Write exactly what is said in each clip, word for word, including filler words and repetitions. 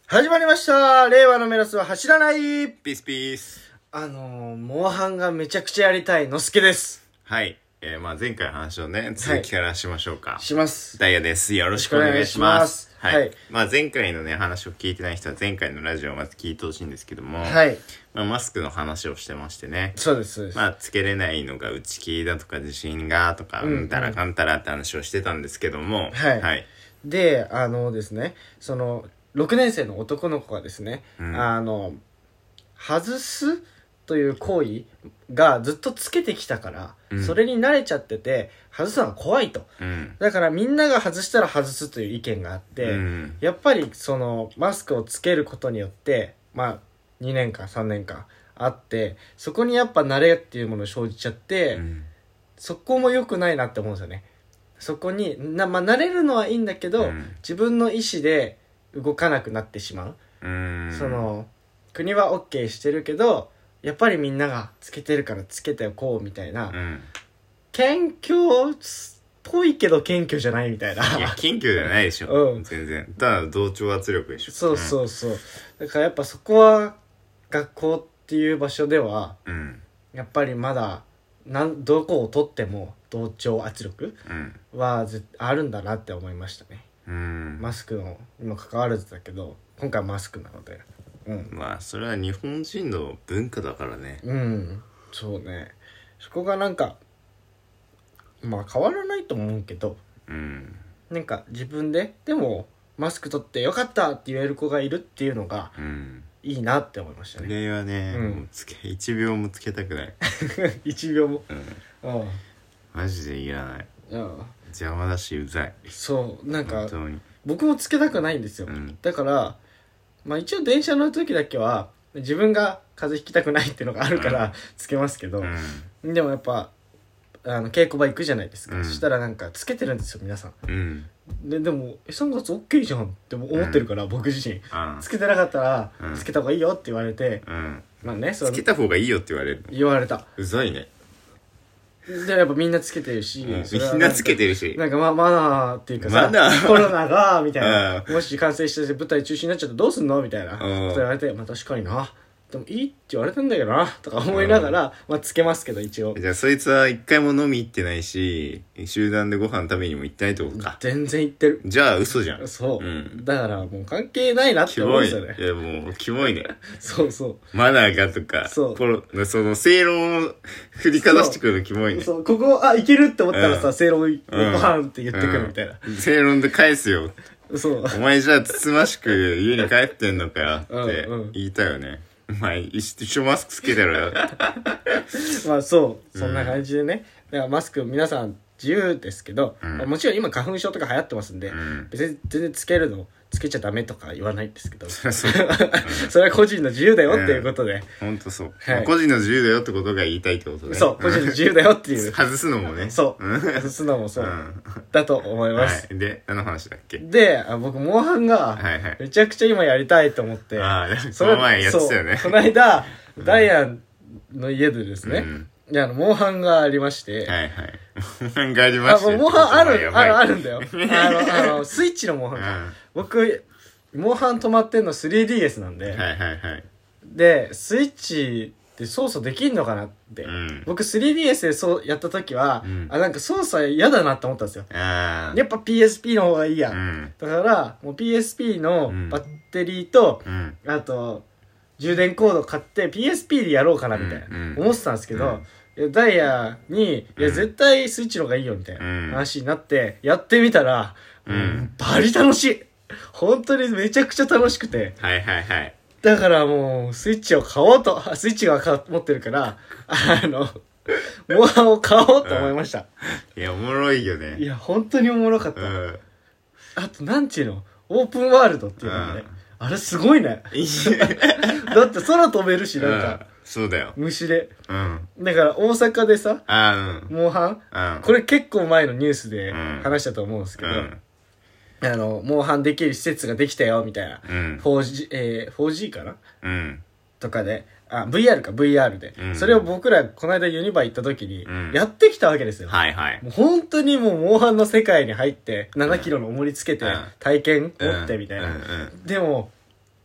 始まりました。令和のメロスは走らない。 ピースピース。 あのー、モンハンがめちゃくちゃやりたいのすけです。 はい。えー、まあ前回の話をね、続きからしましょうか。はい、 します。 ダイヤです。よろしくお願いします。はい。はい、まあ前回のね、話を聞いてない人は前回のラジオをまず聞いてほしいんですけども、はい。まあマスクの話をしてましてね。 そうです、そうです。 まあつけれないのが内気だとか自信がとか、うん、うんたらかんたらって話をしてたんですけども、 はい。はい。で、あのですね、その、ろくねん生の男の子がですね、うん、あの外すという行為がずっとつけてきたから、うん、それに慣れちゃってて外すのが怖いと、うん、だからみんなが外したら外すという意見があって、うん、やっぱりそのマスクをつけることによってまあにねんかんさんねんかんあってそこにやっぱ慣れっていうものを生じちゃって、うん、そこも良くないなって思うんですよね。そこにな、まあ、慣れるのはいいんだけど、うん、自分の意思で動かなくなってしまう。うーんその国は OK してるけどやっぱりみんながつけてるからつけておこうみたいな、うん、謙虚っぽいけど謙虚じゃないみたいな。 いや謙虚じゃないでしょ、うん、全然ただ同調圧力でしょ。 そうそうそう、うん、だからやっぱそこは学校っていう場所では、うん、やっぱりまだなんどこを取っても同調圧力はぜあるんだなって思いましたね。うんマスクのにも関わらずだけど今回はマスクなので、 うん、まあそれは日本人の文化だからね。 うんそうね。そこがなんかまあ変わらないと思うけど、うん、なんか自分ででもマスク取ってよかったって言える子がいるっていうのが、うん、いいなって思いましたね。 それはね、うん、もうつけいちびょうもつけたくないいちびょうも、 うん、マジでいらない。うん邪魔だしうざい。 そうなんか僕もつけたくないんですよ、うん、だからまあ一応電車乗る時だけは自分が風邪ひきたくないっていうのがあるからつけますけど、うん、でもやっぱあの稽古場行くじゃないですか、うん、そしたらなんかつけてるんですよ皆さん、うん、で, でもさんがつ OK じゃんって思ってるから、うん、僕自身、うん、つけてなかったら、うん、つけた方がいいよって言われて、うん、 まあねつけた方がいいよって言われる言われた。 うざいね。 でやっぱみんなつけてるし、うん、 みんなつけてるしなんかまマナーっていうかさ、マナーコロナがみたいなもし感染して舞台中止になっちゃったらどうすんのみたいなこと言われて、まあ確かになでもいいって言われてんだけどなとか思いながら、まあつけますけど一応。 じゃあそいつは一回も飲み行ってないし集団でご飯食べにも行ってないってことか。 全然行ってる。 じゃあ嘘じゃん。 そう、うん、だからもう関係ないなって思うんですよね。 いやもうキモいねそうそうマナーがとかそうポロその正論を振りかざしてくるのキモいね。 そうここあいけるって思ったらさ、うん、正論ご飯って言ってくるみたいな、 うんうん、正論で返すよそうお前じゃあつつましく家に帰ってんのかよって言いたいよね。うんうんお前一緒マスクつけてろよまあそうそんな感じでね、だからマスク皆さん自由ですけど、うんまあ、もちろん今花粉症とか流行ってますんで、うん、別に全然つけるのつけちゃダメとか言わないんですけどそれは個人の自由だよっていうことで、 うん、ほんとそう、はい、個人の自由だよってことが言いたいってことね。 そう個人の自由だよっていう外すのもねそう外すのもそう、うん、だと思います、 はい、で何の話だっけ。 であ僕モンハンがめちゃくちゃ今やりたいと思って、はいはい、 その前やってたよね。 この間、うん、ダイアンの家でですね、うんいやあのモンハンがありまして、はいはいモンハンがありまして、 あモンハンあるあるあるんだよあのあのスイッチのモンハンか、うん、僕モンハン止まってんの スリーディーエス なんで、はいはいはいでスイッチで操作できんのかなって、うん、僕 スリーディーエス でそうやった時は、うん、あなんか操作嫌だなって思ったんですよ。やっぱ ピーエスピー の方がいいや、うん、だからもう ピーエスピー のバッテリーと、うん、あと充電コード買って ピーエスピー でやろうかなみたいな、うん、思ってたんですけど、うん、ダイヤに、いや絶対スイッチの方がいいよみたいな話になってやってみたら、うん、バリ楽しい。本当にめちゃくちゃ楽しくて、 はいはいはいだからもうスイッチを買おうと、スイッチが持ってるからあのモンハンを買おうと思いました、 うん、いやおもろいよね。 いや本当におもろかった、うん、あとなんちゅうのオープンワールドっていうのね、うんあれすごいねだって空飛べるしなんか、うん、 そうだよ虫で、うん、だから大阪でさあ、うん、モンハン、うん、これ結構前のニュースで話したと思うんですけど、うん、あのモンハンできる施設ができたよみたいな、うん、フォージー、えー、フォージー かな、うん、とかであ ブイアール か ブイアール で、うん、それを僕らこの間ユニバ行った時にやってきたわけですよ、うん、はいはいもう本当にもうモンハンの世界に入ってななキロの重りつけて体験持ってみたいな、うんうんうんうん、でも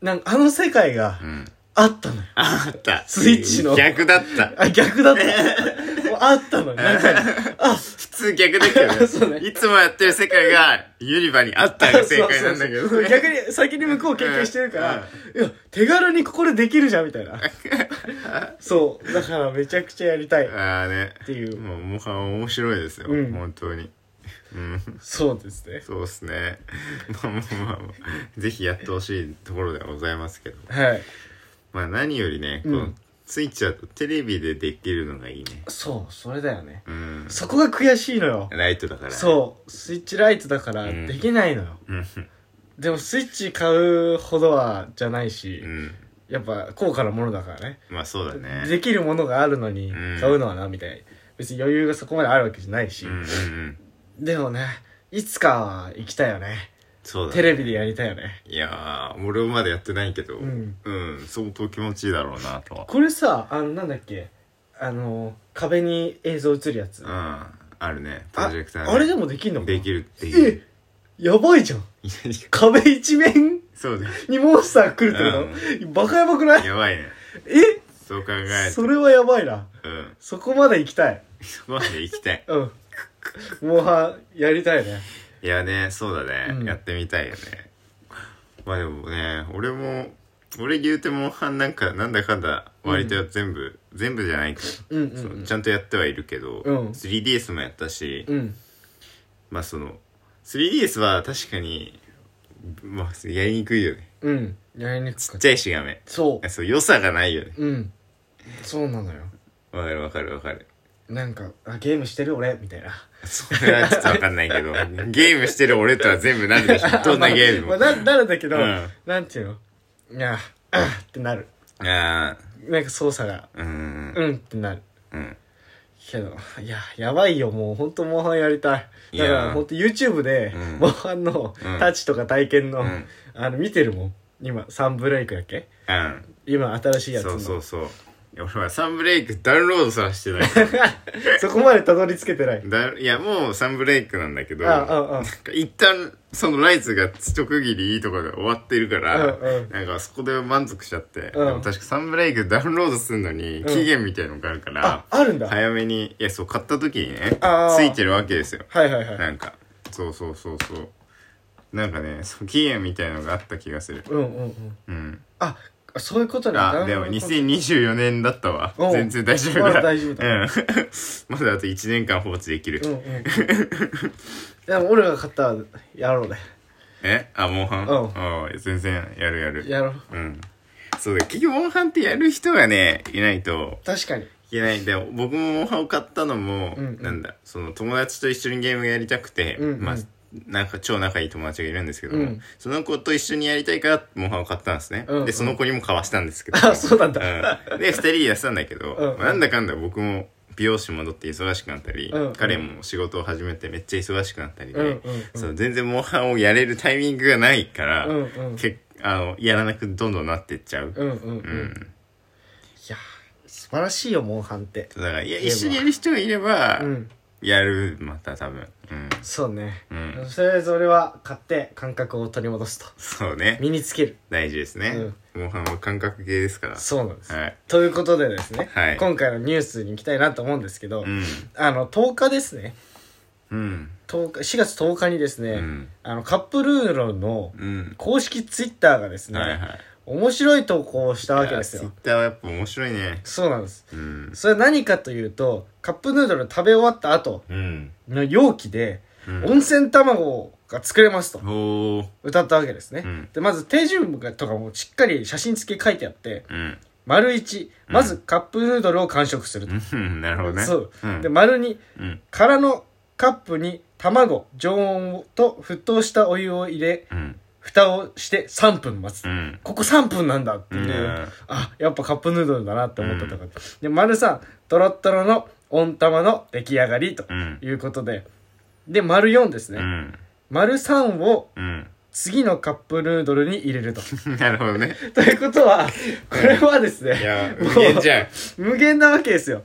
なんかあの世界があったのよ、 あった。 スイッチの逆だった。 あ、逆だったもうあったのよ、なんかあ、 普通逆だけどねそうね、いつもやってる世界がユニバにあったが正解なんだけど、ね、 そうそうそう逆に先に向こう経験してるから、うん、いや手軽にここでできるじゃんみたいなそうだからめちゃくちゃやりたいああねっていう、 もうモンハン面白いですよ、うん、本当に。うん、 そうですね。 そうですね。まあまあまあ、ぜひやってほしいところではございますけど。 はい。 まあ何よりね、このスイッチだとテレビでできるのがいいね。 そう、それだよね。 うん。 そこが悔しいのよ。 ライトだから。 そう、スイッチライトだからできないのよ。うん。でもスイッチ買うほどはじゃないし、うん、やっぱ高価なものだからね。 まあそうだね。 できるものがあるのに買うのはな、みたいな。別に余裕がそこまであるわけじゃないし。うんうんうん。でもね、いつかは行きたいよね。そうだね。テレビでやりたいよね。 いやー、俺までやってないけど、うん、うん、相当気持ちいいだろうなとは。 これさ、あの、なんだっけ、あの、壁に映像映るやつ。 うん、あるね、プロジェクター、ね、 あれでもできんのかできるっていう。 え、やばいじゃん。壁一面そうね。 にモンスター来るってこと、うん、バカやばくない？ やばいね。 え？ そう考える。 それはやばいな。 うん。 そこまで行きたい。 そこまで行きたい。 うん。モンハンやりたいね。 いやね、そうだね、うん、やってみたいよね。まあでもね、俺も俺言うてモンハンなんかなんだかんだ割と全部、うん、全部じゃないか、うんうんうん、ちゃんとやってはいるけど、うん、スリーディーエス もやったし、うん、まあその スリーディーエス は確かにまあやりにくいよね。 うん、やりにくい。 ちっちゃいし画面。 そうそう良さがないよね。 うん、そうなのよ。 わかるわかるわかる。 なんかあゲームしてる俺みたいな。 それはちょっとわかんないけどゲームしてる俺とは全部なるでしょどんなゲームも、 まあ、な, なるんだけど、うん、なんていうの、いやあってなる。 あなんか操作がうんうんってなる。うんけどいややばいよ、もうほんとモンハンやりたい。だからほんと YouTube で、うん、モンハンのタッチとか体験の、うん、あの見てるもん今。サンブレイクだっけ、うん、今新しいやつの。 そうそうそう。俺はサンブレイクダウンロードさらしてないそこまでたどり着けてない。 だいやもうサンブレイクなんだけど、あああなんか一旦そのライズが一区切りいいところで終わってるから、うんうん、なんかそこで満足しちゃって、うん、でも確かサンブレイクダウンロードするのに期限みたいのがあるから、うん、 あ, あるんだ。 早めに、いやそう買った時にねついてるわけですよ。 はいはいはい。 なんかそうそうそうそうなんかねその期限みたいのがあった気がする。うんうんうんうんあそういうことね。 あ、でもにせんにじゅうよねんだったわ。全然大丈夫だ。 まだ大丈夫だ。 うん。まだあといちねんかん放置できる。うんうん。 でも俺が買ったらやろうね。 えあ、モンハン？うん。あ全然やるやる。 やろう。 うん。そうだ、結局モンハンってやる人がね、いないと。 確かに。いけない。でも僕もモンハンを買ったのも、うんうん、なんだ、その友達と一緒にゲームやりたくて、うんうん、まあ、なんか超仲いい友達がいるんですけども、うん、その子と一緒にやりたいからモンハンを買ったんですね、うんうん、でその子にも買わしたんですけどあそうなんだ、 うん、でふたりでやってたんだけど、うんうんまあ、なんだかんだ僕も美容師戻って忙しくなったり、うんうん、彼も仕事を始めてめっちゃ忙しくなったりで、うんうんうん、そう全然モンハンをやれるタイミングがないから、うんうん、けあのやらなくどんどんなってっちゃう、うんうんうんうん、 いや素晴らしいよモンハンって。 だからいや一緒にやる人がいれば、うんやるまた多分、うん、 そうね、うん、とりあえず俺は買って感覚を取り戻すと。 そうね身につける大事ですね、うん、モンハンは感覚系ですから。 そうなんです、はい、ということでですね、はい、今回のニュースに行きたいなと思うんですけど、うん、あのとおかですね、うん、とおかしがつとおかにですね、うん、あのカップルーロの公式ツイッターがですね、うんはいはい面白い投稿をしたわけですよ。 ツイッターはやっぱ面白いね。 そうなんです、うん、それは何かというとカップヌードル食べ終わった後の容器で温泉卵が作れますと歌ったわけですね、うん、でまず手順とかもしっかり写真付き書いてあって、うん、丸いちまずカップヌードルを完食すると、 うん、なるほどね。 そう、うん、で丸に、うん、空のカップに卵常温と沸騰したお湯を入れ、うん蓋をしてさんぷん待つ、うん、ここさんぷんなんだっていう、うん、あやっぱカップヌードルだなって思ったとか、うん、で丸さんトロットロの温玉の出来上がりということで、うん、で丸よんですね、うん、丸さんを次のカップヌードルに入れるとなるほどねということはこれはですね、 いや無限じゃん無限なわけですよ。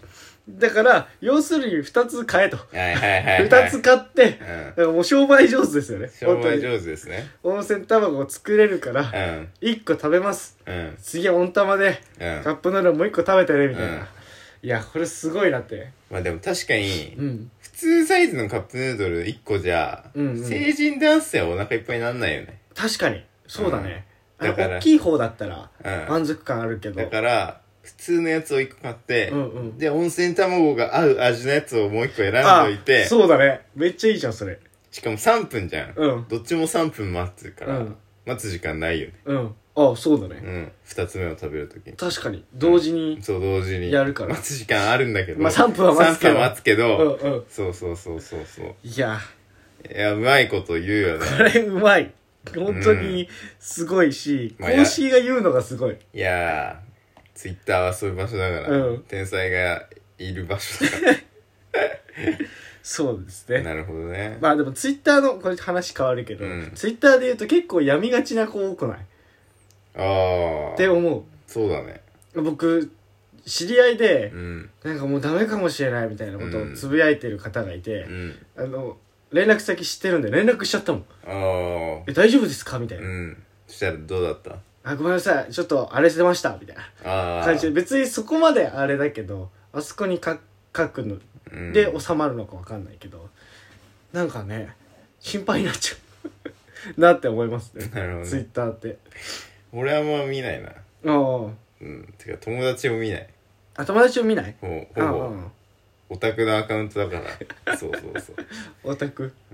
だから要するにふたつ買えとはいはいはい、はい、 ふたつ買って、うん、だからもう商売上手ですよね。 商売上手ですね。 温泉卵を作れるから、うん、いっこ食べます、うん、次は温玉で、うん、カップヌードルもういっこ食べてねみたいな、うん、いやこれすごいなって。 まあでも確かに、うん、普通サイズのカップヌードルいっこじゃ、うんうん、成人男性はお腹いっぱいになんないよね。 確かにそうだね、うん、だから大きい方だったら満足感あるけど、 だから普通のやつをいっこ買って、うんうん、で温泉卵が合う味のやつをもういっこ選んどいて。 そうだね、めっちゃいいじゃんそれ。 しかもさんぷんじゃん、うん、どっちもさんぷん待つから、うん、待つ時間ないよね。 うん、ああそうだね、 うん、ふたつめを食べるときに確かに同時に、 うん、そう同時にやるから待つ時間あるんだけど、 まあさんぷんは待つけどさんぷんは待つけど、うんうん、そうそうそうそうそう。 いやいやうまいこと言うよねこれ。うまい本当にすごいし、うん、公式が言うのがすごい。 いやーツイッターはそういう場所だから、うん、天才がいる場所だからそうですね。 なるほどね。 まあでもツイッターのこれ話変わるけど、うん、ツイッターで言うと結構病みがちな子多くない？ ああって思う。 そうだね。 僕知り合いで、うん、なんかもうダメかもしれないみたいなことをつぶやいてる方がいて、うん、あの連絡先知ってるんで連絡しちゃったもん。あえ大丈夫ですかみたいな、うん、 そしたらどうだった？ あごめんなさいちょっとあれしてましたみたいな感じで、別にそこまであれだけどあそこに書くので収まるのか分かんないけど、うん、なんかね心配になっちゃうなって思いますね。なるほどね。ツイッターって俺はあんま見ないな。ああうんてか友達も見ない。 あ友達も見ない。 ほほぼオタクのアカウントだからそうそうそうオタク、うん、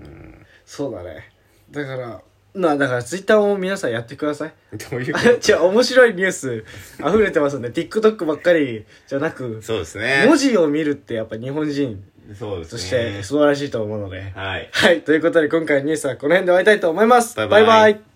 そうだね。だからなだからツイッターを皆さんやってください。 どういうこと？ 違う面白いニュース溢れてますんでTikTok ばっかりじゃなく、 そうですね、 文字を見るってやっぱ日本人として素晴らしいと思うので、 はい、 はい、ということで今回のニュースはこの辺で終わりたいと思います。 バイバイ。バイバイ。